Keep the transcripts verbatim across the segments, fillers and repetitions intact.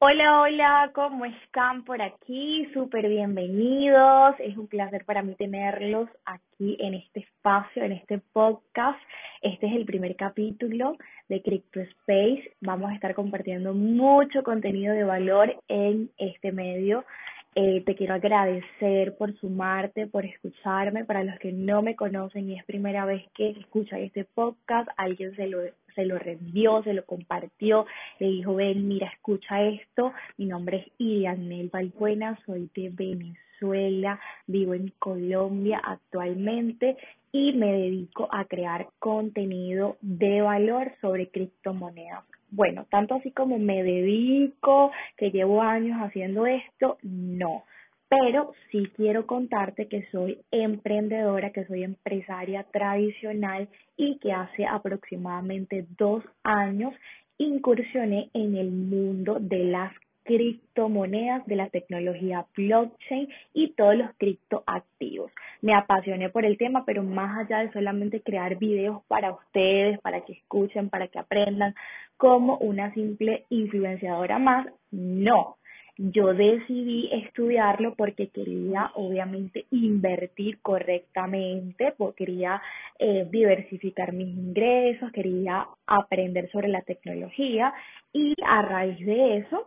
Hola, hola, ¿cómo están por aquí? Súper bienvenidos. Es un placer para mí tenerlos aquí en este espacio, en este podcast. Este es el primer capítulo de Crypto Space. Vamos a estar compartiendo mucho contenido de valor en este medio. Eh, te quiero agradecer por sumarte, por escucharme. Para los que no me conocen y es primera vez que escuchan este podcast, alguien se lo, se lo reenvió, se lo compartió, le dijo, ven, mira, escucha esto. Mi nombre es Irianel Valbuena, soy de Venezuela, vivo en Colombia actualmente y me dedico a crear contenido de valor sobre criptomonedas. Bueno, tanto así como me dedico, que llevo años haciendo esto, no. Pero sí quiero contarte que soy emprendedora, que soy empresaria tradicional y que hace aproximadamente dos años incursioné en el mundo de las criptomonedas, de la tecnología blockchain y todos los criptoactivos. Me apasioné por el tema, pero más allá de solamente crear videos para ustedes, para que escuchen, para que aprendan, como una simple influenciadora más, no. Yo decidí estudiarlo porque quería, obviamente, invertir correctamente, porque quería eh, diversificar mis ingresos, quería aprender sobre la tecnología y a raíz de eso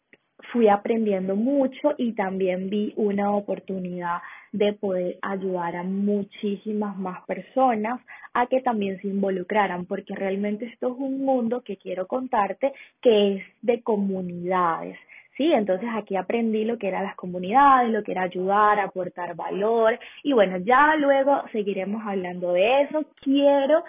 fui aprendiendo mucho y también vi una oportunidad de poder ayudar a muchísimas más personas a que también se involucraran, porque realmente esto es un mundo que quiero contarte que es de comunidades. Sí, entonces aquí aprendí lo que eran las comunidades, lo que era ayudar, aportar valor y bueno, ya luego seguiremos hablando de eso. Quiero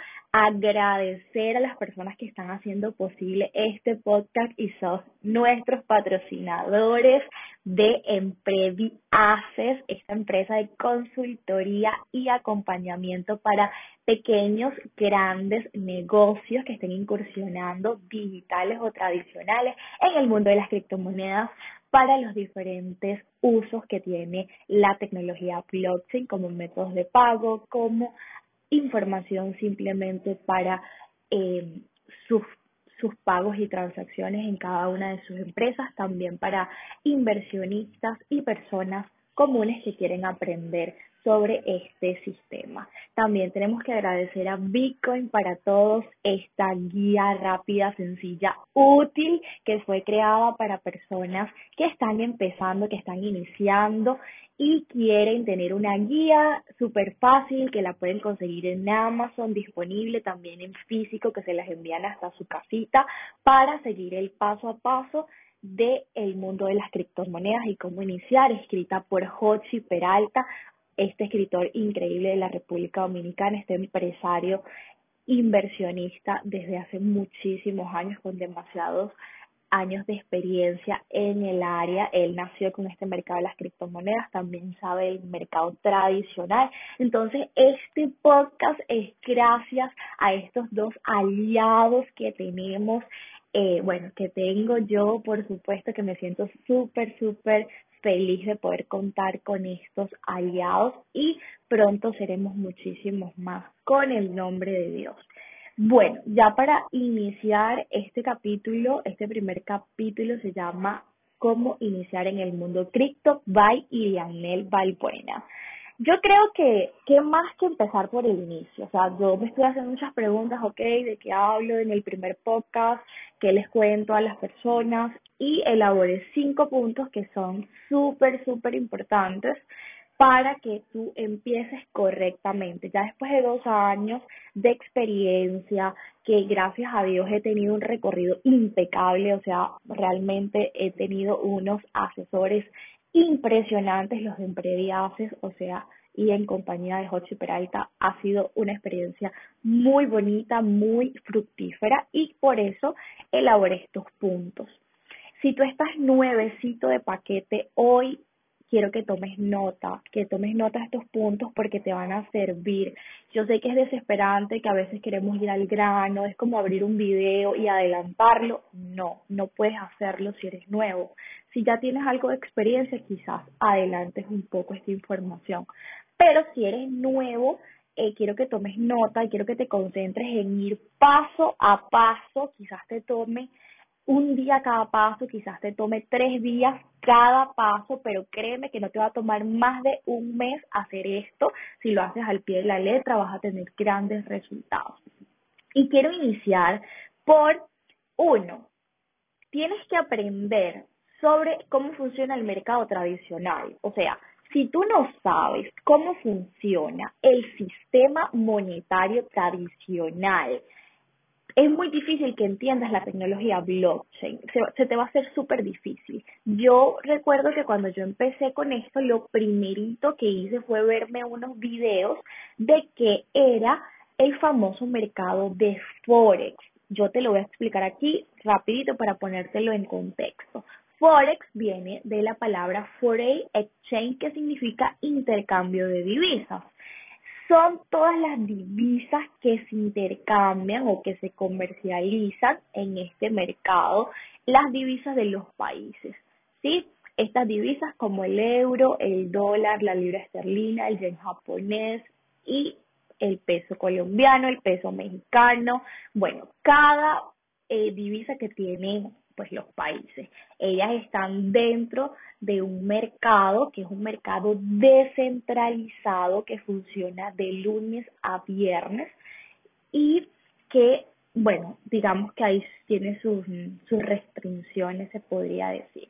agradecer a las personas que están haciendo posible este podcast y son nuestros patrocinadores de Emprevi Access, esta empresa de consultoría y acompañamiento para pequeños, grandes negocios que estén incursionando, digitales o tradicionales, en el mundo de las criptomonedas para los diferentes usos que tiene la tecnología blockchain como métodos de pago, como información simplemente para eh, sus, sus pagos y transacciones en cada una de sus empresas, también para inversionistas y personas comunes que quieren aprender sobre este sistema. También tenemos que agradecer a Bitcoin para todos, esta guía rápida, sencilla, útil, que fue creada para personas que están empezando, que están iniciando y quieren tener una guía súper fácil que la pueden conseguir en Amazon, disponible también en físico, que se las envían hasta su casita para seguir el paso a paso de el mundo de las criptomonedas y cómo iniciar, escrita por Jochi Peralta, este escritor increíble de la República Dominicana, este empresario inversionista desde hace muchísimos años con demasiados años de experiencia en el área. Él nació con este mercado de las criptomonedas, también sabe el mercado tradicional. Entonces, este podcast es gracias a estos dos aliados que tenemos, eh, bueno, que tengo yo, por supuesto, que me siento súper, súper feliz de poder contar con estos aliados y pronto seremos muchísimos más con el nombre de Dios. Bueno, ya para iniciar este capítulo, este primer capítulo se llama Cómo iniciar en el mundo cripto by Irianel Valbuena. Yo creo que, que más que empezar por el inicio, o sea, yo me estoy haciendo muchas preguntas, ok, de qué hablo en el primer podcast, qué les cuento a las personas y elaboré cinco puntos que son súper, súper importantes para que tú empieces correctamente. Ya después de dos años de experiencia, que gracias a Dios he tenido un recorrido impecable, o sea, realmente he tenido unos asesores impresionantes, los de Emprediaces, o sea, y en compañía de Jochi Peralta ha sido una experiencia muy bonita, muy fructífera y por eso elaboré estos puntos. Si tú estás nuevecito de paquete, hoy quiero que tomes nota, que tomes nota de estos puntos porque te van a servir. Yo sé que es desesperante, que a veces queremos ir al grano, es como abrir un video y adelantarlo. No, no puedes hacerlo si eres nuevo. Si ya tienes algo de experiencia, quizás adelantes un poco esta información. Pero si eres nuevo, eh, quiero que tomes nota y quiero que te concentres en ir paso a paso, quizás te tome un día cada paso, quizás te tome tres días cada paso, pero créeme que no te va a tomar más de un mes hacer esto. Si lo haces al pie de la letra, vas a tener grandes resultados. Y quiero iniciar por uno. Tienes que aprender sobre cómo funciona el mercado tradicional. O sea, si tú no sabes cómo funciona el sistema monetario tradicional, es muy difícil que entiendas la tecnología blockchain. Se, se te va a hacer súper difícil. Yo recuerdo que cuando yo empecé con esto, lo primerito que hice fue verme unos videos de qué era el famoso mercado de Forex. Yo te lo voy a explicar aquí rapidito para ponértelo en contexto. Forex viene de la palabra Foreign Exchange, que significa intercambio de divisas. Son todas las divisas que se intercambian o que se comercializan en este mercado, las divisas de los países, ¿sí? Estas divisas como el euro, el dólar, la libra esterlina, el yen japonés y el peso colombiano, el peso mexicano, bueno, cada eh, divisa que tienen pues los países. Ellas están dentro de un mercado que es un mercado descentralizado que funciona de lunes a viernes y que, bueno, digamos que ahí tiene sus, sus restricciones, se podría decir.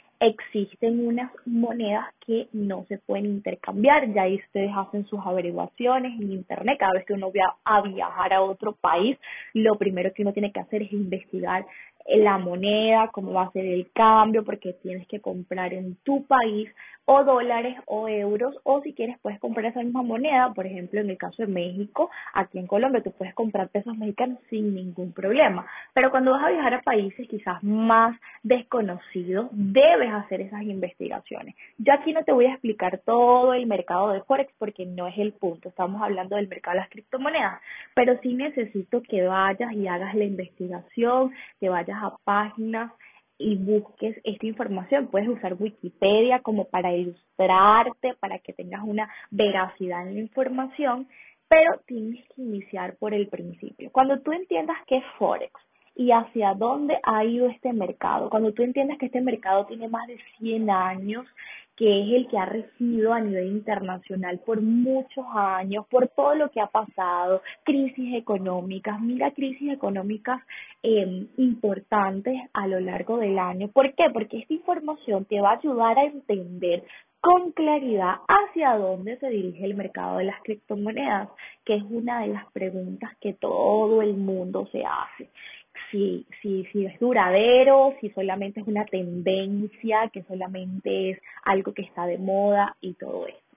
Existen unas monedas que no se pueden intercambiar, ya ahí ustedes hacen sus averiguaciones en internet. Cada vez que uno va a viajar a otro país, lo primero que uno tiene que hacer es investigar la moneda, cómo va a ser el cambio, porque tienes que comprar en tu país o dólares o euros, o si quieres puedes comprar esa misma moneda. Por ejemplo, en el caso de México, aquí en Colombia tú puedes comprar pesos mexicanos sin ningún problema, pero cuando vas a viajar a países quizás más desconocidos, debes hacer esas investigaciones. Yo aquí no te voy a explicar todo el mercado de Forex porque no es el punto, estamos hablando del mercado de las criptomonedas, pero sí necesito que vayas y hagas la investigación, que vayas a páginas y busques esta información. Puedes usar Wikipedia como para ilustrarte, para que tengas una veracidad en la información, pero tienes que iniciar por el principio. Cuando tú entiendas qué es Forex y hacia dónde ha ido este mercado, cuando tú entiendas que este mercado tiene más de cien años, que es el que ha regido a nivel internacional por muchos años, por todo lo que ha pasado, crisis económicas, mira crisis económicas eh, importantes a lo largo del año. ¿Por qué? Porque esta información te va a ayudar a entender con claridad hacia dónde se dirige el mercado de las criptomonedas, que es una de las preguntas que todo el mundo se hace. Si, si, si es duradero, si solamente es una tendencia, que solamente es algo que está de moda y todo eso.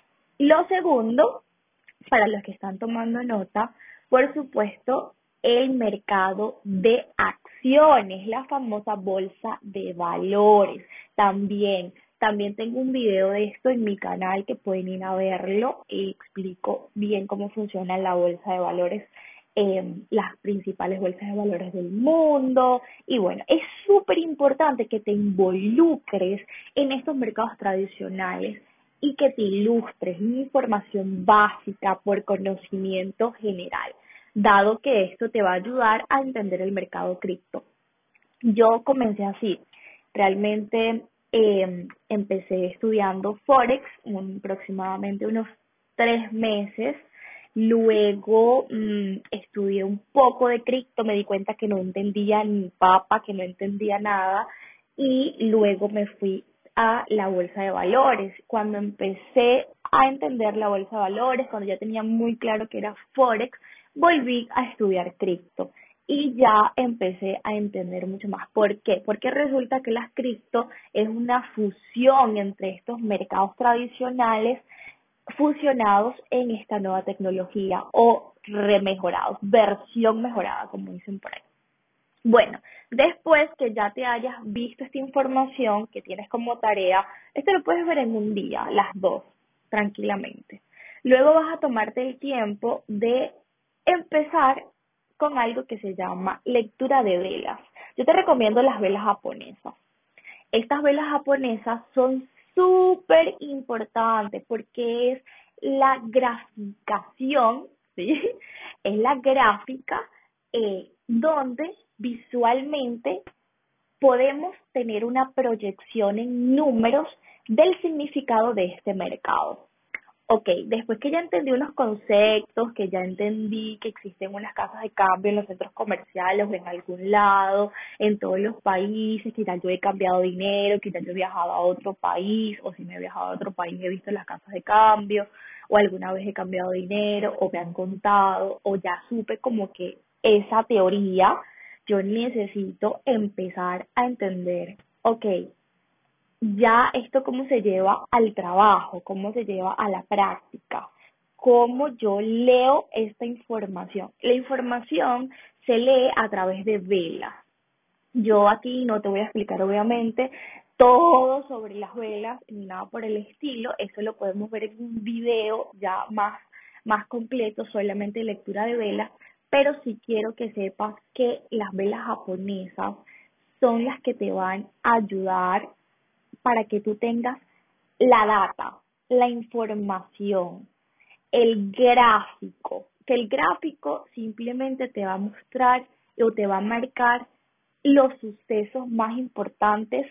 Lo segundo, para los que están tomando nota, por supuesto, el mercado de acciones, la famosa bolsa de valores. También, también tengo un video de esto en mi canal que pueden ir a verlo y explico bien cómo funciona la bolsa de valores, eh, las principales bolsas de valores del mundo. Y bueno, es súper importante que te involucres en estos mercados tradicionales y que te ilustres una información básica por conocimiento general, dado que esto te va a ayudar a entender el mercado cripto. Yo comencé así, realmente eh, empecé estudiando Forex un, aproximadamente unos tres meses. Luego mmm, estudié un poco de cripto, me di cuenta que no entendía ni papa, que no entendía nada, y luego me fui a la bolsa de valores. Cuando empecé a entender la bolsa de valores, cuando ya tenía muy claro que era Forex, volví a estudiar cripto y ya empecé a entender mucho más. ¿Por qué? Porque resulta que las cripto es una fusión entre estos mercados tradicionales fusionados en esta nueva tecnología o remejorados, versión mejorada, como dicen por ahí. Bueno, después que ya te hayas visto esta información que tienes como tarea, esto lo puedes ver en un día, las dos, tranquilamente. Luego vas a tomarte el tiempo de empezar con algo que se llama lectura de velas. Yo te recomiendo las velas japonesas. Estas velas japonesas son súper importantes porque es la graficación, ¿sí? Es la gráfica eh, donde visualmente podemos tener una proyección en números del significado de este mercado. Ok, después que ya entendí unos conceptos, que ya entendí que existen unas casas de cambio en los centros comerciales o en algún lado, en todos los países, que ya yo he cambiado dinero, que ya yo he viajado a otro país, o si me he viajado a otro país he visto las casas de cambio, o alguna vez he cambiado dinero, o me han contado, o ya supe como que esa teoría, yo necesito empezar a entender, ok, ya esto cómo se lleva al trabajo, cómo se lleva a la práctica, cómo yo leo esta información. La información se lee a través de velas. Yo aquí no te voy a explicar obviamente todo sobre las velas ni nada por el estilo, eso lo podemos ver en un video ya más, más completo, solamente lectura de velas, pero sí quiero que sepas que las velas japonesas son las que te van a ayudar para que tú tengas la data, la información, el gráfico, que el gráfico simplemente te va a mostrar o te va a marcar los sucesos más importantes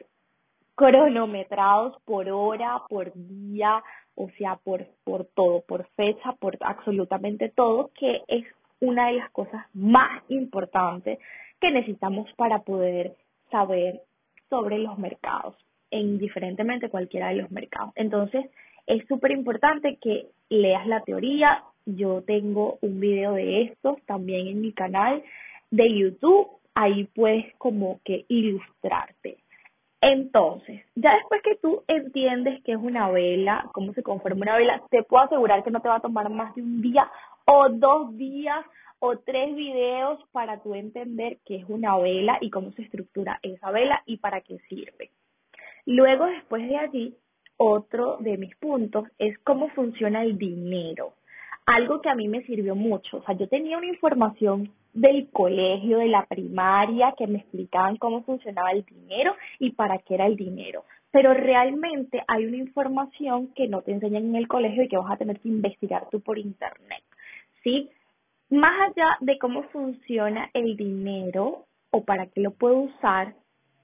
cronometrados por hora, por día, o sea, por, por todo, por fecha, por absolutamente todo, que es una de las cosas más importantes que necesitamos para poder saber sobre los mercados, e indiferentemente cualquiera de los mercados. Entonces, es súper importante que leas la teoría. Yo tengo un video de estos también en mi canal de YouTube. Ahí puedes como que ilustrarte. Entonces, ya después que tú entiendes qué es una vela, cómo se conforma una vela, te puedo asegurar que no te va a tomar más de un día o dos días o tres videos para tú entender qué es una vela y cómo se estructura esa vela y para qué sirve. Luego, después de allí, otro de mis puntos es cómo funciona el dinero. Algo que a mí me sirvió mucho. O sea, yo tenía una información del colegio, de la primaria, que me explicaban cómo funcionaba el dinero y para qué era el dinero. Pero realmente hay una información que no te enseñan en el colegio y que vas a tener que investigar tú por internet. ¿Sí? Más allá de cómo funciona el dinero o para qué lo puedo usar,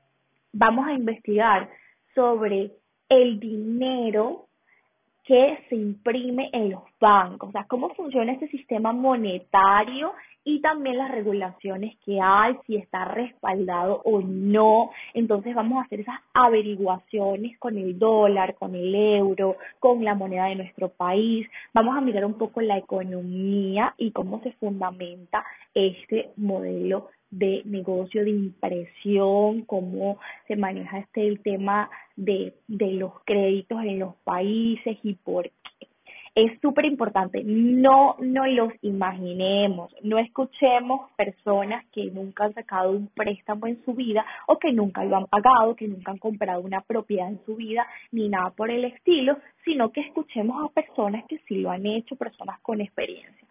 vamos a investigar sobre el dinero que se imprime en los bancos, o sea, cómo funciona este sistema monetario y también las regulaciones que hay, si está respaldado o no. Entonces vamos a hacer esas averiguaciones con el dólar, con el euro, con la moneda de nuestro país. Vamos a mirar un poco la economía y cómo se fundamenta este modelo de negocio, de impresión, cómo se maneja este el tema de, de los créditos en los países y por qué. Es súper importante, no nos los imaginemos, no escuchemos personas que nunca han sacado un préstamo en su vida o que nunca lo han pagado, que nunca han comprado una propiedad en su vida, ni nada por el estilo, sino que escuchemos a personas que sí lo han hecho, personas con experiencia.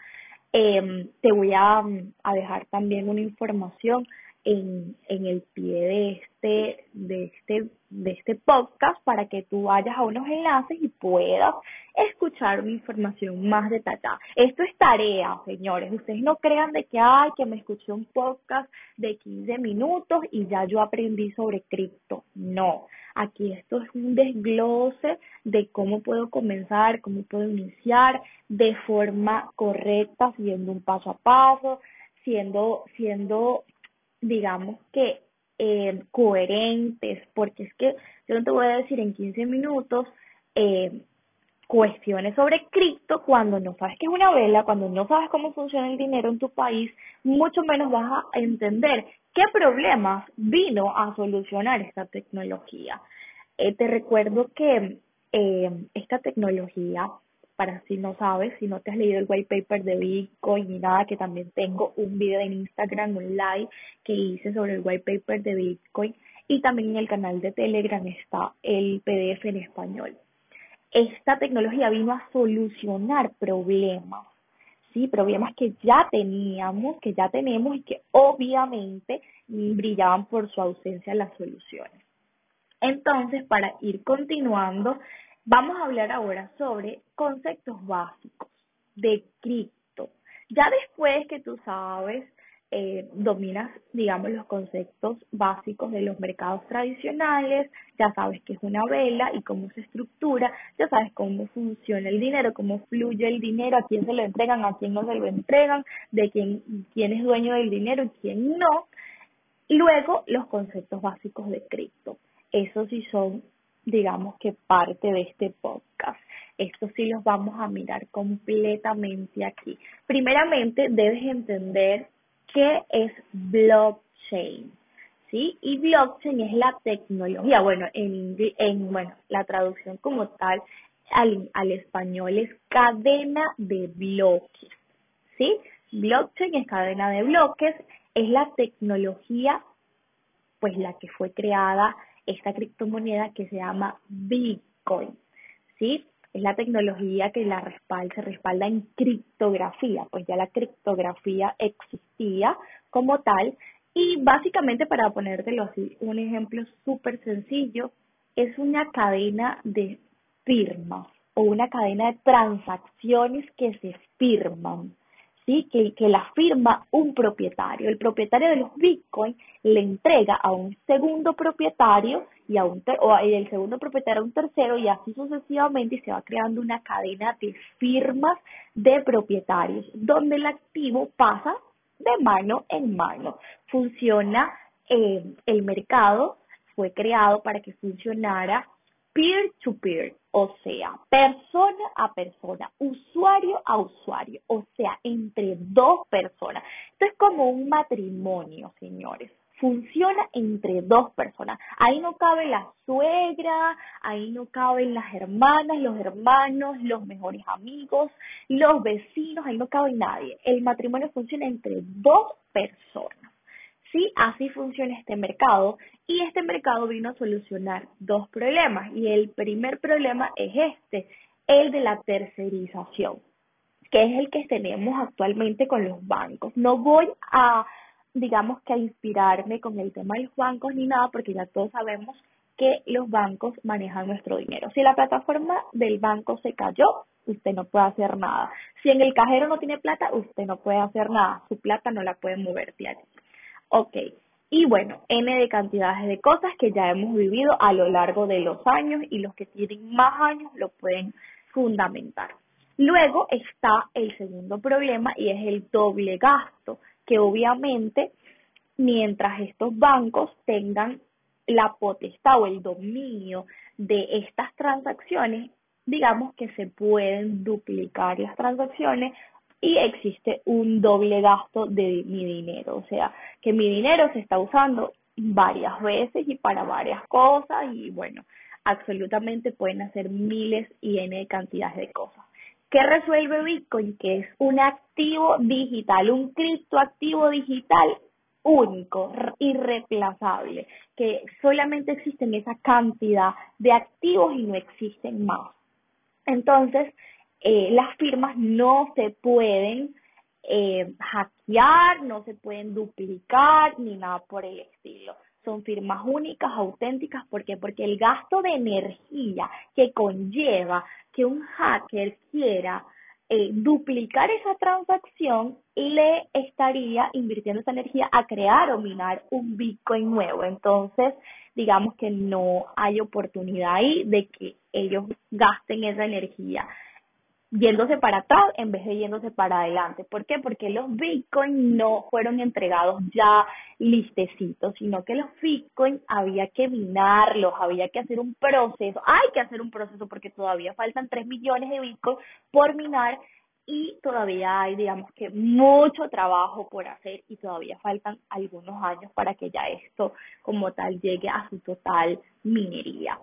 Eh, te voy a, a dejar también una información en, en el pie de este, de este, de este podcast para que tú vayas a unos enlaces y puedas escuchar una información más detallada. Esto es tarea, señores. Ustedes no crean de que, ay, que me escuché un podcast de quince minutos y ya yo aprendí sobre cripto. No. Aquí esto es un desglose de cómo puedo comenzar, cómo puedo iniciar de forma correcta, siguiendo un paso a paso, siendo, siendo, digamos que eh, coherentes, porque es que yo no te voy a decir en quince minutos eh, cuestiones sobre cripto cuando no sabes qué es una vela, cuando no sabes cómo funciona el dinero en tu país, mucho menos vas a entender qué problemas vino a solucionar esta tecnología. Eh, te recuerdo que eh, esta tecnología, para si no sabes, si no te has leído el white paper de Bitcoin ni nada, que también tengo un video en Instagram, un live que hice sobre el white paper de Bitcoin, y también en el canal de Telegram está el P D F en español. Esta tecnología vino a solucionar problemas, ¿sí? Problemas que ya teníamos, que ya tenemos y que obviamente brillaban por su ausencia las soluciones. Entonces, para ir continuando, vamos a hablar ahora sobre conceptos básicos de cripto. Ya después que tú sabes eh, dominas, digamos, los conceptos básicos de los mercados tradicionales, ya sabes qué es una vela y cómo se estructura, ya sabes cómo funciona el dinero, cómo fluye el dinero, a quién se lo entregan, a quién no se lo entregan, de quién, quién es dueño del dinero y quién no. Luego, los conceptos básicos de cripto. Esos sí son, digamos que parte de este podcast. Estos sí los vamos a mirar completamente aquí. Primeramente, debes entender qué es blockchain, ¿sí? Y blockchain es la tecnología, bueno, en, en bueno, la traducción como tal al, al español es cadena de bloques, ¿sí? Blockchain es cadena de bloques, es la tecnología, pues la que fue creada, esta criptomoneda que se llama Bitcoin, ¿sí? Es la tecnología que la respalda, se respalda en criptografía, pues ya la criptografía existía como tal, y básicamente para ponértelo así, un ejemplo súper sencillo, es una cadena de firmas o una cadena de transacciones que se firman, ¿sí? Que, que la firma un propietario. El propietario de los bitcoins le entrega a un segundo propietario y a un ter- o y el segundo propietario a un tercero y así sucesivamente y se va creando una cadena de firmas de propietarios donde el activo pasa de mano en mano. Funciona eh, el mercado, fue creado para que funcionara peer-to-peer, o sea, persona a persona, usuario a usuario, o sea, entre dos personas. Esto es como un matrimonio, señores. Funciona entre dos personas. Ahí no cabe la suegra, ahí no caben las hermanas, los hermanos, los mejores amigos, los vecinos, ahí no cabe nadie. El matrimonio funciona entre dos personas. Sí, así funciona este mercado y este mercado vino a solucionar dos problemas y el primer problema es este, el de la tercerización, que es el que tenemos actualmente con los bancos. No voy a, digamos que a inspirarme con el tema de los bancos ni nada porque ya todos sabemos que los bancos manejan nuestro dinero. Si la plataforma del banco se cayó, usted no puede hacer nada. Si en el cajero no tiene plata, usted no puede hacer nada. Su plata no la puede mover de allí. Ok, y bueno, N de cantidades de cosas que ya hemos vivido a lo largo de los años y los que tienen más años lo pueden fundamentar. Luego está el segundo problema y es el doble gasto, que obviamente mientras estos bancos tengan la potestad o el dominio de estas transacciones, digamos que se pueden duplicar las transacciones y existe un doble gasto de mi dinero, o sea, que mi dinero se está usando varias veces y para varias cosas y bueno, absolutamente pueden hacer miles y n de cantidades de cosas. ¿Qué resuelve Bitcoin? Que es un activo digital, un criptoactivo digital único, irreemplazable, que solamente existen esa cantidad de activos y no existen más. Entonces, eh, las firmas no se pueden eh, hackear, no se pueden duplicar ni nada por el estilo. Son firmas únicas, auténticas, ¿por qué? Porque el gasto de energía que conlleva que un hacker quiera eh, duplicar esa transacción le estaría invirtiendo esa energía a crear o minar un Bitcoin nuevo. Entonces, digamos que no hay oportunidad ahí de que ellos gasten esa energía yéndose para atrás en vez de yéndose para adelante. ¿Por qué? Porque los Bitcoin no fueron entregados ya listecitos, sino que los Bitcoin había que minarlos, había que hacer un proceso, hay que hacer un proceso porque todavía faltan tres millones de Bitcoin por minar y todavía hay, digamos que, mucho trabajo por hacer y todavía faltan algunos años para que ya esto como tal llegue a su total minería.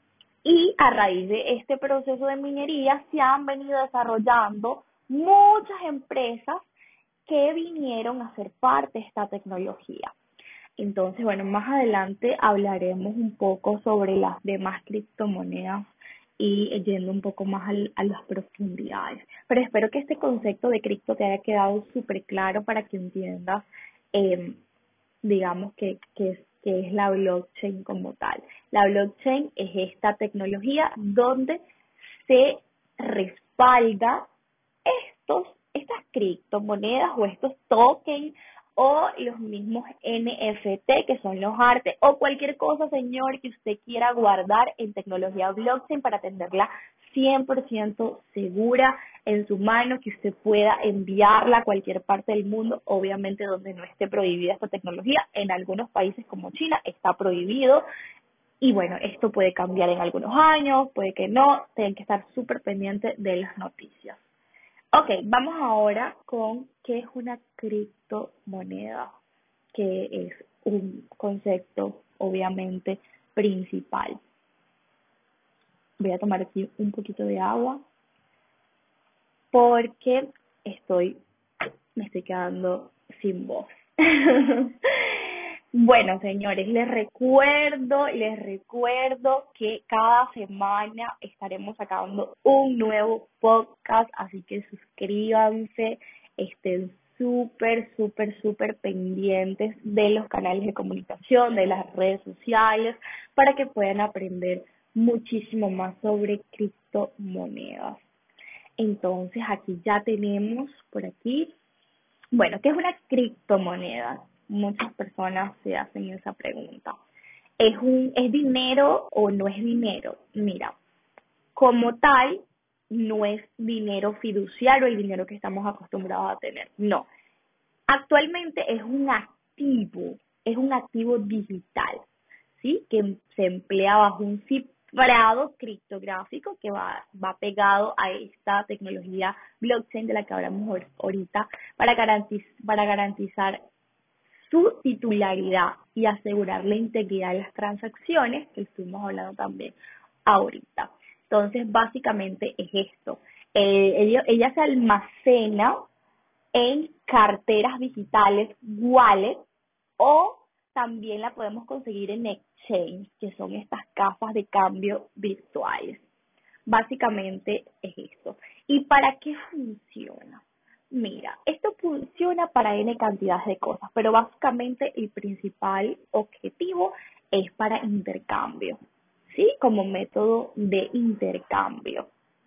Y a raíz de este proceso de minería se han venido desarrollando muchas empresas que vinieron a ser parte de esta tecnología. Entonces, bueno, más adelante hablaremos un poco sobre las demás criptomonedas y yendo un poco más al, a las profundidades. Pero espero que este concepto de cripto te haya quedado súper claro para que entiendas eh, digamos que, que, es, que es la blockchain como tal. La blockchain es esta tecnología donde se respalda estos, estas criptomonedas o estos tokens o los mismos N F T, que son los artes, o cualquier cosa, señor, que usted quiera guardar en tecnología blockchain para tenerla cien por ciento segura en su mano, que usted pueda enviarla a cualquier parte del mundo, obviamente donde no esté prohibida esta tecnología. En algunos países como China está prohibido, y bueno, esto puede cambiar en algunos años, puede que no, tienen que estar súper pendientes de las noticias. Ok, vamos ahora con qué es una criptomoneda, que es un concepto obviamente principal. Voy a tomar aquí un poquito de agua porque estoy, me estoy quedando sin voz. Bueno, señores, les recuerdo, les recuerdo que cada semana estaremos sacando un nuevo podcast, así que suscríbanse, estén súper, súper, súper pendientes de los canales de comunicación, de las redes sociales, para que puedan aprender muchísimo más sobre criptomonedas. Entonces, aquí ya tenemos por aquí, bueno, ¿qué es una criptomoneda? Muchas personas se hacen esa pregunta. ¿Es un, es dinero o no es dinero? Mira, como tal, no es dinero fiduciario, el dinero que estamos acostumbrados a tener. No. Actualmente es un activo, es un activo digital, ¿sí? Que se emplea bajo un cifrado criptográfico que va, va pegado a esta tecnología blockchain de la que hablamos ahorita para garantiz, para garantizar su titularidad y asegurar la integridad de las transacciones, que estuvimos hablando también ahorita. Entonces, básicamente es esto. Eh, ella, ella se almacena en carteras digitales, wallet, o también la podemos conseguir en exchange, que son estas casas de cambio virtuales. Básicamente es esto. ¿Y para qué funciona? Mira, esto funciona para N cantidades de cosas, pero básicamente el principal objetivo es para intercambio, ¿sí? Como método de intercambio.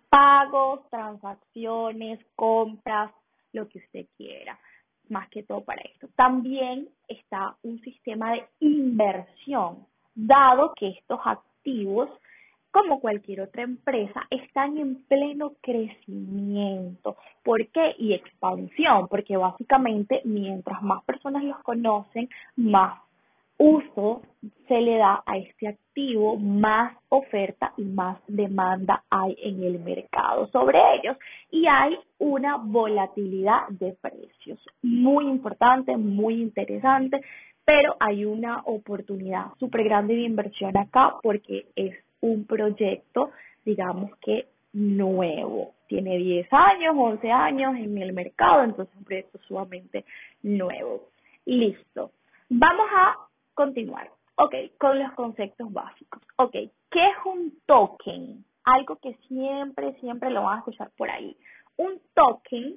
Pagos, transacciones, compras, lo que usted quiera, más que todo para esto. También está un sistema de inversión, dado que estos activos, como cualquier otra empresa, están en pleno crecimiento. ¿Por qué? Y expansión, porque básicamente mientras más personas los conocen, más uso se le da a este activo, más oferta y más demanda hay en el mercado sobre ellos, y hay una volatilidad de precios muy importante, muy interesante, pero hay una oportunidad súper grande de inversión acá porque es un proyecto, digamos que nuevo. Tiene diez años, once años en el mercado, entonces es un proyecto sumamente nuevo. Listo. Vamos a continuar. Ok, con los conceptos básicos. Ok, ¿qué es un token? Algo que siempre, siempre lo van a escuchar por ahí. Un token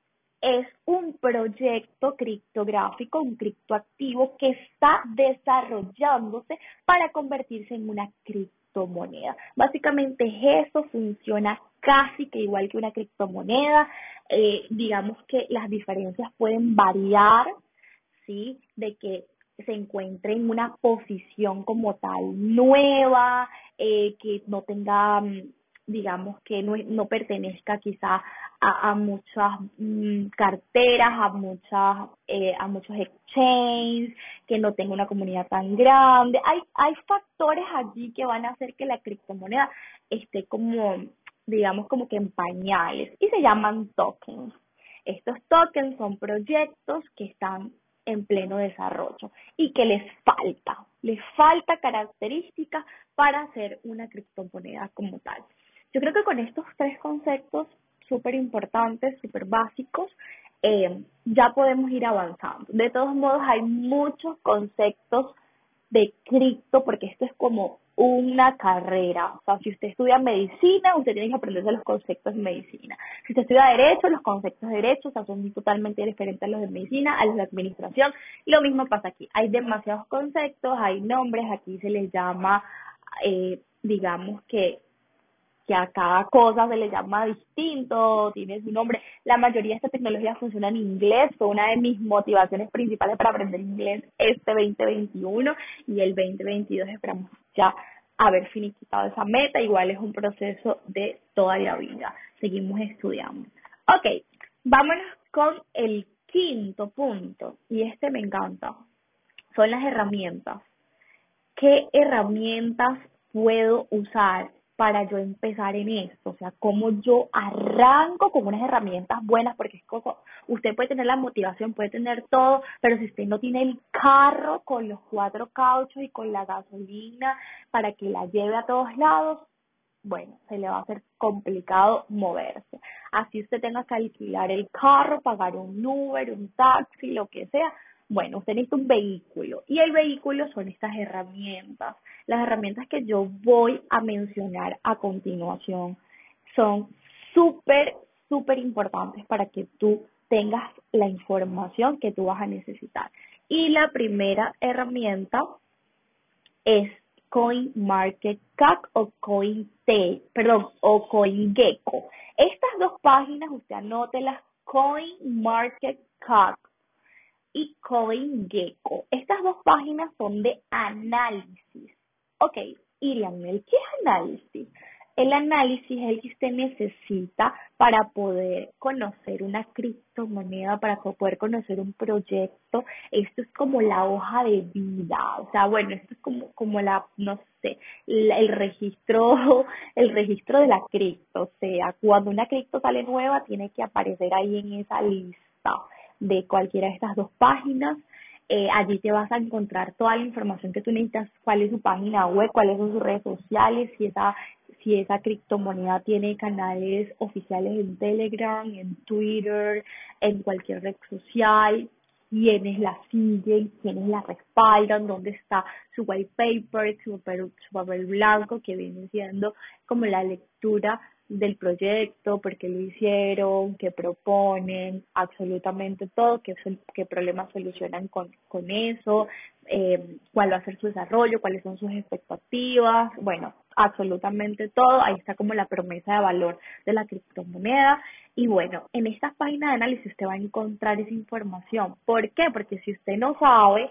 es un proyecto criptográfico, un criptoactivo que está desarrollándose para convertirse en una criptomoneda. Básicamente eso, funciona casi que igual que una criptomoneda. Eh, digamos que las diferencias pueden variar, ¿sí? De que se encuentre en una posición como tal nueva, eh, que no tenga, mm, digamos, que no, no pertenezca quizá a, a muchas mm, carteras, a muchas, eh, a muchos exchanges, que no tenga una comunidad tan grande. Hay, hay factores allí que van a hacer que la criptomoneda esté como, digamos, como que en pañales, y se llaman tokens. Estos tokens son proyectos que están en pleno desarrollo y que les falta, les falta características para hacer una criptomoneda como tal. Yo creo que con estos tres conceptos súper importantes, súper básicos, eh, ya podemos ir avanzando. De todos modos, hay muchos conceptos de cripto, porque esto es como una carrera. O sea, si usted estudia medicina, usted tiene que aprenderse los conceptos de medicina. Si usted estudia derecho, los conceptos de derecho, o sea, son totalmente diferentes a los de medicina, a los de administración. Lo mismo pasa aquí. Hay demasiados conceptos, hay nombres, aquí se les llama, eh, digamos que que a cada cosa se le llama distinto, tiene su nombre. La mayoría de esta tecnología funciona en inglés, fue una de mis motivaciones principales para aprender inglés este veinte veintiuno y el veinte veintidós esperamos ya haber finiquitado esa meta. Igual es un proceso de toda la vida, seguimos estudiando. Ok, vámonos con el quinto punto, y este me encanta, son las herramientas. ¿Qué herramientas puedo usar para yo empezar en esto? O sea, cómo yo arranco con unas herramientas buenas, porque es cosa, usted puede tener la motivación, puede tener todo, pero si usted no tiene el carro con los cuatro cauchos y con la gasolina para que la lleve a todos lados, bueno, se le va a hacer complicado moverse. Así usted tenga que alquilar el carro, pagar un Uber, un taxi, lo que sea. Bueno, usted necesita un vehículo y el vehículo son estas herramientas. Las herramientas que yo voy a mencionar a continuación son súper, súper importantes para que tú tengas la información que tú vas a necesitar. Y la primera herramienta es CoinMarketCap o CoinTe, perdón, o CoinGecko. Estas dos páginas, usted anótelas, CoinMarketCap y CoinGecko. Estas dos páginas son de análisis. Ok, Iriamel, ¿qué es análisis? El análisis es el que usted necesita para poder conocer una criptomoneda, para poder conocer un proyecto. Esto es como la hoja de vida, o sea, bueno, esto es como, como la, no sé, la- el registro, el registro de la cripto. O sea, cuando una cripto sale nueva, tiene que aparecer ahí en esa lista de cualquiera de estas dos páginas. Eh, allí te vas a encontrar toda la información que tú necesitas, cuál es su página web, cuáles son sus redes sociales, si esa, si esa criptomoneda tiene canales oficiales en Telegram, en Twitter, en cualquier red social, quiénes la siguen, quiénes la respaldan, dónde está su white paper, su papel, su papel blanco, que viene siendo como la lectura del proyecto, por qué lo hicieron, qué proponen, absolutamente todo, qué, sol- qué problemas solucionan con, con eso, eh, cuál va a ser su desarrollo, cuáles son sus expectativas, bueno, absolutamente todo. Ahí está como la promesa de valor de la criptomoneda. Y bueno, en estas páginas de análisis usted va a encontrar esa información. ¿Por qué? Porque si usted no sabe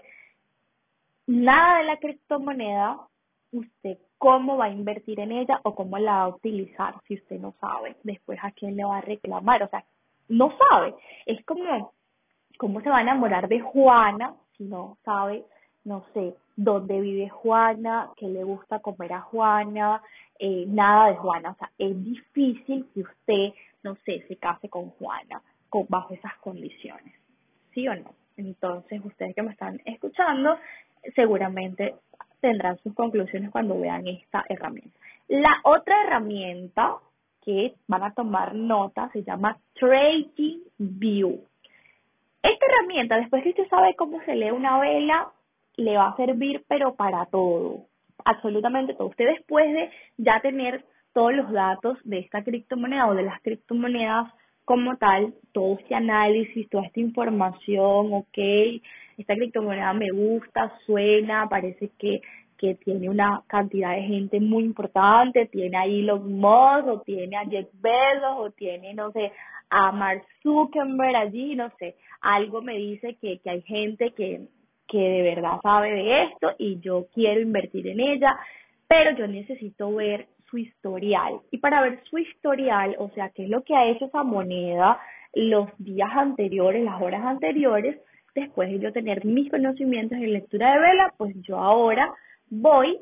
nada de la criptomoneda, usted cómo va a invertir en ella o cómo la va a utilizar si usted no sabe. Después a quién le va a reclamar, o sea, no sabe. Es como cómo se va a enamorar de Juana si no sabe, no sé, dónde vive Juana, qué le gusta comer a Juana, eh, nada de Juana. O sea, es difícil que usted, no sé, se case con Juana con, bajo esas condiciones. ¿Sí o no? Entonces, ustedes que me están escuchando, seguramente tendrán sus conclusiones cuando vean esta herramienta. La otra herramienta que van a tomar nota se llama TradingView. Esta herramienta, después que usted sabe cómo se lee una vela, le va a servir, pero para todo, absolutamente todo. Usted después de ya tener todos los datos de esta criptomoneda o de las criptomonedas como tal, todo este análisis, toda esta información, ok, esta criptomoneda me gusta, suena, parece que, que tiene una cantidad de gente muy importante, tiene a Elon Musk, o tiene a Jeff Bezos, o tiene, no sé, a Mark Zuckerberg allí, no sé, algo me dice que, que hay gente que, que de verdad sabe de esto y yo quiero invertir en ella, pero yo necesito ver su historial. Y para ver su historial, o sea, qué es lo que ha hecho esa moneda los días anteriores, las horas anteriores, después de yo tener mis conocimientos en lectura de vela, pues yo ahora voy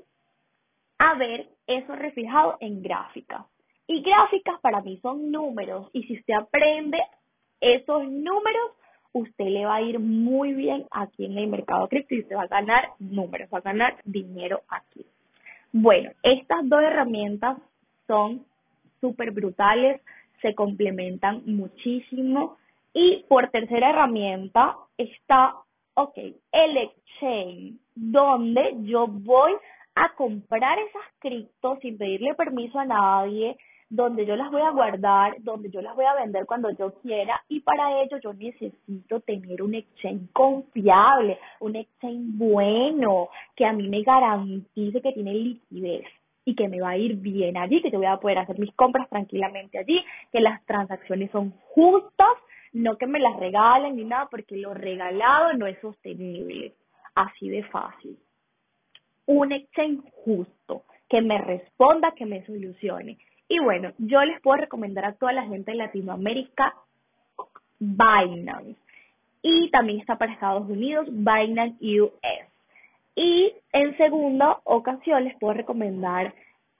a ver eso reflejado en gráficas. Y gráficas para mí son números, y si usted aprende esos números, usted le va a ir muy bien aquí en el mercado cripto y usted va a ganar números, va a ganar dinero aquí. Bueno, estas dos herramientas son súper brutales, se complementan muchísimo. Y por tercera herramienta está, ok, el exchange, donde yo voy a comprar esas criptos sin pedirle permiso a nadie, donde yo las voy a guardar, donde yo las voy a vender cuando yo quiera, y para ello yo necesito tener un exchange confiable, un exchange bueno, que a mí me garantice que tiene liquidez. y que me va a ir bien allí, que yo voy a poder hacer mis compras tranquilamente allí, que las transacciones son justas, no que me las regalen ni nada, porque lo regalado no es sostenible, así de fácil. Un exchange justo, que me responda, que me solucione. Y bueno, yo les puedo recomendar a toda la gente de Latinoamérica Binance. Y también está para Estados Unidos, Binance U S. Y en segunda ocasión les puedo recomendar,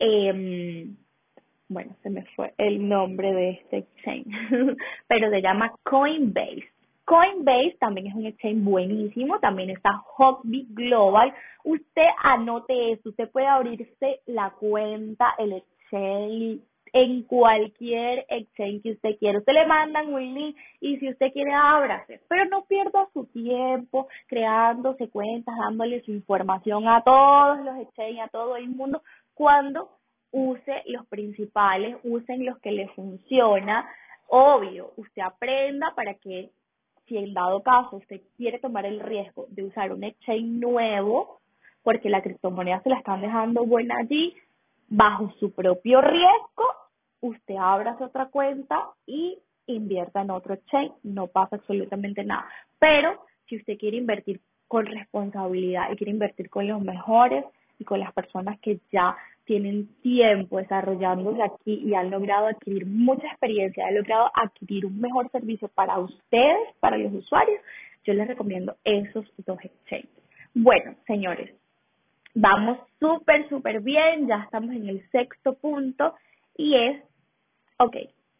eh, bueno, se me fue el nombre de este exchange, pero se llama Coinbase. Coinbase también es un exchange buenísimo, también está Huobi Global. Usted anote eso, usted puede abrirse la cuenta, el exchange, en cualquier exchange que usted quiera. Usted le mandan un link y si usted quiere, ábrase. Pero no pierda su tiempo creándose cuentas, dándole su información a todos los exchanges, a todo el mundo, cuando use los principales, usen los que le funciona. Obvio, usted aprenda para que si en dado caso usted quiere tomar el riesgo de usar un exchange nuevo, porque la criptomoneda se la están dejando buena allí, bajo su propio riesgo, usted abra su otra cuenta y invierta en otro exchange, no pasa absolutamente nada. Pero si usted quiere invertir con responsabilidad y quiere invertir con los mejores y con las personas que ya tienen tiempo desarrollándose aquí y han logrado adquirir mucha experiencia, han logrado adquirir un mejor servicio para ustedes, para los usuarios, yo les recomiendo esos dos exchanges. Bueno, señores, vamos súper, súper bien, ya estamos en el sexto punto y es, ok,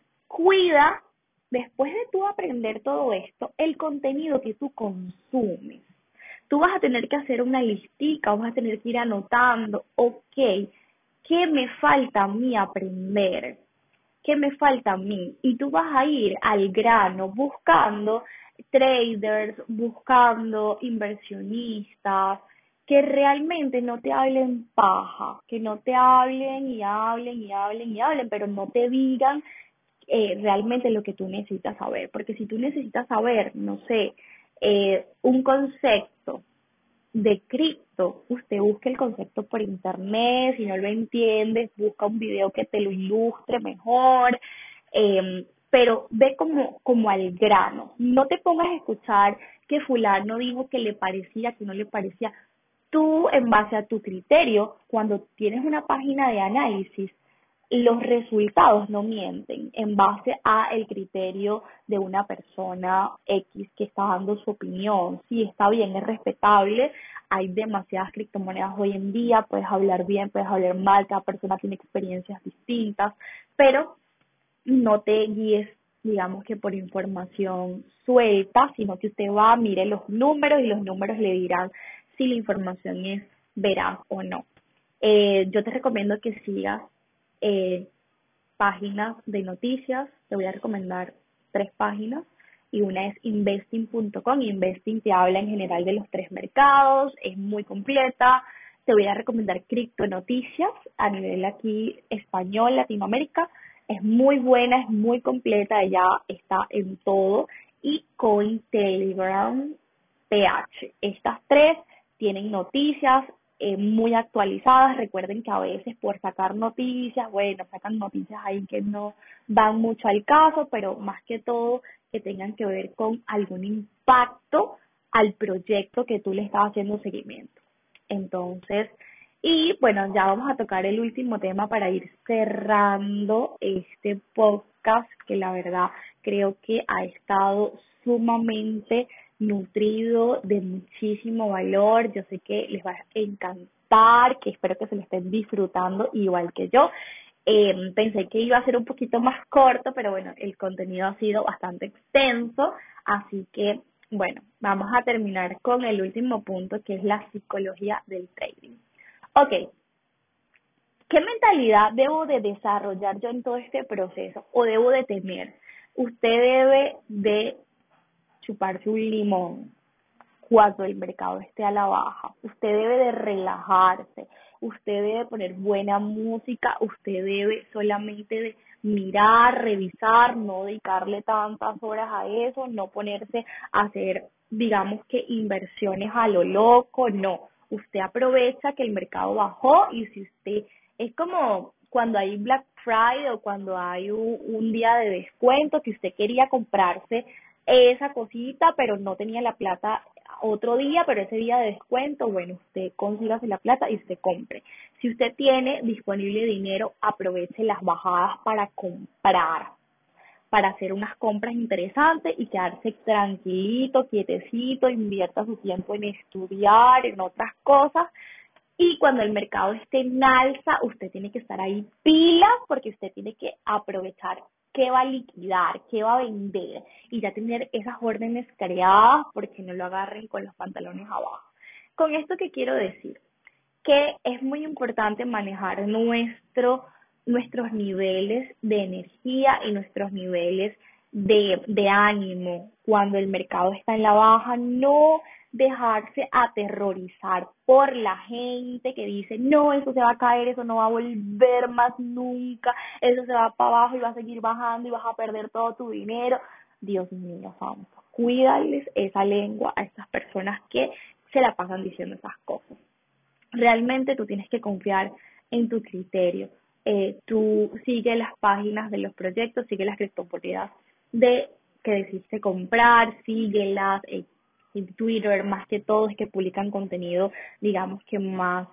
cuida, después de tú aprender todo esto, el contenido que tú consumes. Tú vas a tener que hacer una listica, vas a tener que ir anotando, ok, ¿qué me falta a mí aprender? ¿Qué me falta a mí? Y tú vas a ir al grano buscando traders, buscando inversionistas, que realmente no te hablen paja, que no te hablen y hablen y hablen y hablen, pero no te digan eh, realmente lo que tú necesitas saber. Porque si tú necesitas saber, no sé, eh, un concepto de cripto, usted busque el concepto por internet, si no lo entiendes, busca un video que te lo ilustre mejor, eh, pero ve como, como al grano. No te pongas a escuchar que fulano dijo que le parecía, que no le parecía. Tú, en base a tu criterio, cuando tienes una página de análisis, los resultados no mienten en base a el criterio de una persona X que está dando su opinión. Sí, está bien, es respetable. Hay demasiadas criptomonedas hoy en día, puedes hablar bien, puedes hablar mal, cada persona tiene experiencias distintas, pero no te guíes, digamos que por información suelta, sino que usted va, mire los números y los números le dirán si la información es veraz o no. Eh, yo te recomiendo que sigas eh, páginas de noticias. Te voy a recomendar tres páginas y una es investing punto com. Investing te habla en general de los tres mercados, es muy completa. Te voy a recomendar Cripto Noticias a nivel aquí español, Latinoamérica. Es muy buena, es muy completa, ella está en todo. Y Cointelegraph P H. Estas tres tienen noticias eh, muy actualizadas. Recuerden que a veces por sacar noticias, bueno, sacan noticias ahí que no dan mucho al caso, pero más que todo que tengan que ver con algún impacto al proyecto que tú le estás haciendo seguimiento. Entonces, y bueno, ya vamos a tocar el último tema para ir cerrando este podcast que la verdad creo que ha estado sumamente nutrido de muchísimo valor. Yo sé que les va a encantar, que espero que se lo estén disfrutando igual que yo. Eh, pensé que iba a ser un poquito más corto, pero bueno, el contenido ha sido bastante extenso, así que bueno, vamos a terminar con el último punto que es la psicología del trading. Ok, ¿qué mentalidad debo de desarrollar yo en todo este proceso o debo de tener? Usted debe de chuparse un limón cuando el mercado esté a la baja. Usted debe de relajarse, usted debe poner buena música, usted debe solamente de mirar, revisar, no dedicarle tantas horas a eso, no ponerse a hacer, digamos que inversiones a lo loco, no. usted aprovecha que el mercado bajó y si usted, es como cuando hay Black Friday o cuando hay un, un día de descuento que usted quería comprarse esa cosita, pero no tenía la plata otro día, pero ese día de descuento, bueno, usted consígase la plata y usted compre. Si usted tiene disponible dinero, aproveche las bajadas para comprar, para hacer unas compras interesantes y quedarse tranquilito, quietecito, invierta su tiempo en estudiar, en otras cosas. Y cuando el mercado esté en alza, usted tiene que estar ahí pilas porque usted tiene que aprovechar qué va a liquidar, qué va a vender y ya tener esas órdenes creadas porque no lo agarren con los pantalones abajo. Con esto, ¿qué quiero decir? Que es muy importante manejar nuestro, nuestros niveles de energía y nuestros niveles de, de ánimo cuando el mercado está en la baja, no dejarse aterrorizar por la gente que dice, no, eso se va a caer, eso no va a volver más nunca, eso se va para abajo y va a seguir bajando y vas a perder todo tu dinero. Dios mío santo, cuídales esa lengua a estas personas que se la pasan diciendo esas cosas. Realmente tú tienes que confiar en tu criterio. Eh, tú sigue las páginas de los proyectos, sigue las criptomonedas de que decidiste comprar, síguelas eh, en Twitter, más que todo es que publican contenido, digamos que más,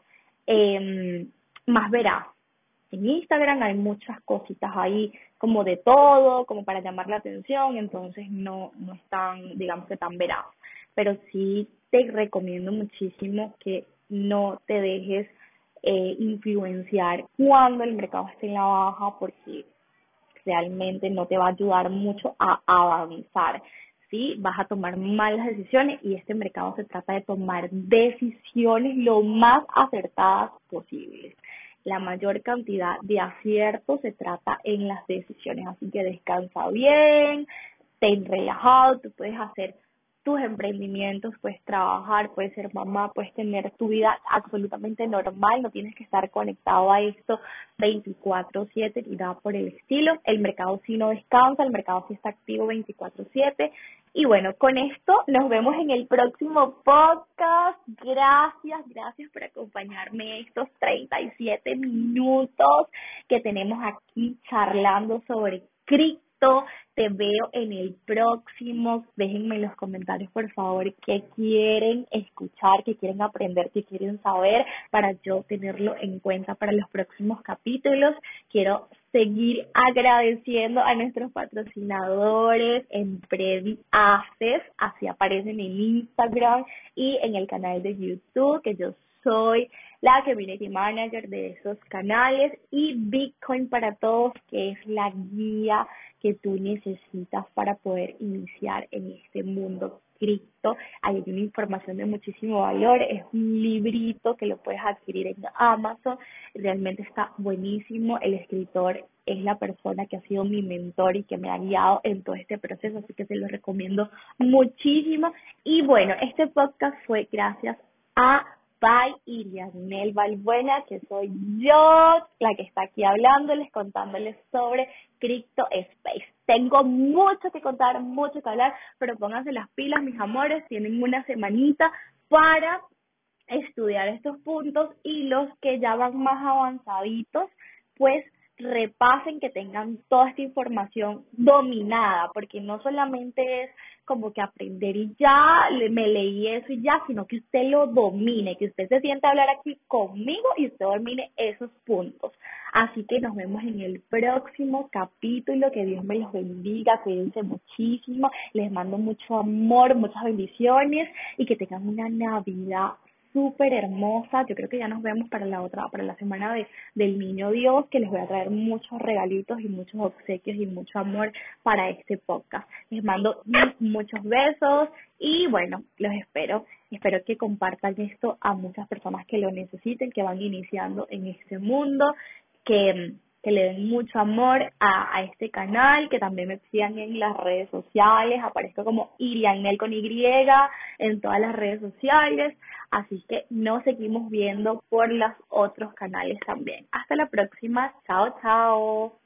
eh, más veraz. En Instagram hay muchas cositas ahí como de todo, como para llamar la atención, entonces no, no es tan, digamos que tan veraz. Pero sí te recomiendo muchísimo que no te dejes eh, influenciar cuando el mercado esté en la baja porque realmente no te va a ayudar mucho a avanzar. ¿Sí? Vas a tomar malas decisiones y este mercado se trata de tomar decisiones lo más acertadas posibles. La mayor cantidad de aciertos se trata en las decisiones, así que descansa bien, ten relajado, tú puedes hacer tus emprendimientos, puedes trabajar, puedes ser mamá, puedes tener tu vida absolutamente normal, no tienes que estar conectado a esto veinticuatro siete ni nada por el estilo. El mercado sí no descansa, el mercado sí está activo veinticuatro siete. Y bueno, con esto nos vemos en el próximo podcast. Gracias, gracias por acompañarme estos treinta y siete minutos que tenemos aquí charlando sobre cripto. Te veo en el próximo. Déjenme en los comentarios, por favor, qué quieren escuchar, qué quieren aprender, qué quieren saber para yo tenerlo en cuenta para los próximos capítulos. Quiero seguir agradeciendo a nuestros patrocinadores en Predi Access, así aparecen en Instagram y en el canal de YouTube, que yo soy la Community Manager de esos canales, y Bitcoin para Todos, que es la guía que tú necesitas para poder iniciar en este mundo cripto. Hay una información de muchísimo valor, es un librito que lo puedes adquirir en Amazon, realmente está buenísimo. El escritor es la persona que ha sido mi mentor y que me ha guiado en todo este proceso, así que se lo recomiendo muchísimo. Y bueno, este podcast fue gracias a by Irianel Valbuena, que soy yo la que está aquí hablándoles, contándoles sobre Crypto Space. Tengo mucho que contar, mucho que hablar, pero pónganse las pilas, mis amores, tienen una semanita para estudiar estos puntos y los que ya van más avanzaditos, pues repasen, que tengan toda esta información dominada, porque no solamente es como que aprender y ya, me leí eso y ya, sino que usted lo domine, que usted se siente a hablar aquí conmigo y usted domine esos puntos. Así que nos vemos en el próximo capítulo, que Dios me los bendiga, cuídense muchísimo, les mando mucho amor, muchas bendiciones y que tengan una Navidad súper hermosa. Yo creo que ya nos vemos para la otra, para la semana de, del Niño Dios, que les voy a traer muchos regalitos y muchos obsequios y mucho amor para este podcast. Les mando muchos besos y bueno, los espero. Espero que compartan esto a muchas personas que lo necesiten, que van iniciando en este mundo, que que le den mucho amor a, a este canal, que también me sigan en las redes sociales, aparezco como Irianel con Y en todas las redes sociales, así que nos seguimos viendo por los otros canales también. Hasta la próxima, chao, chao.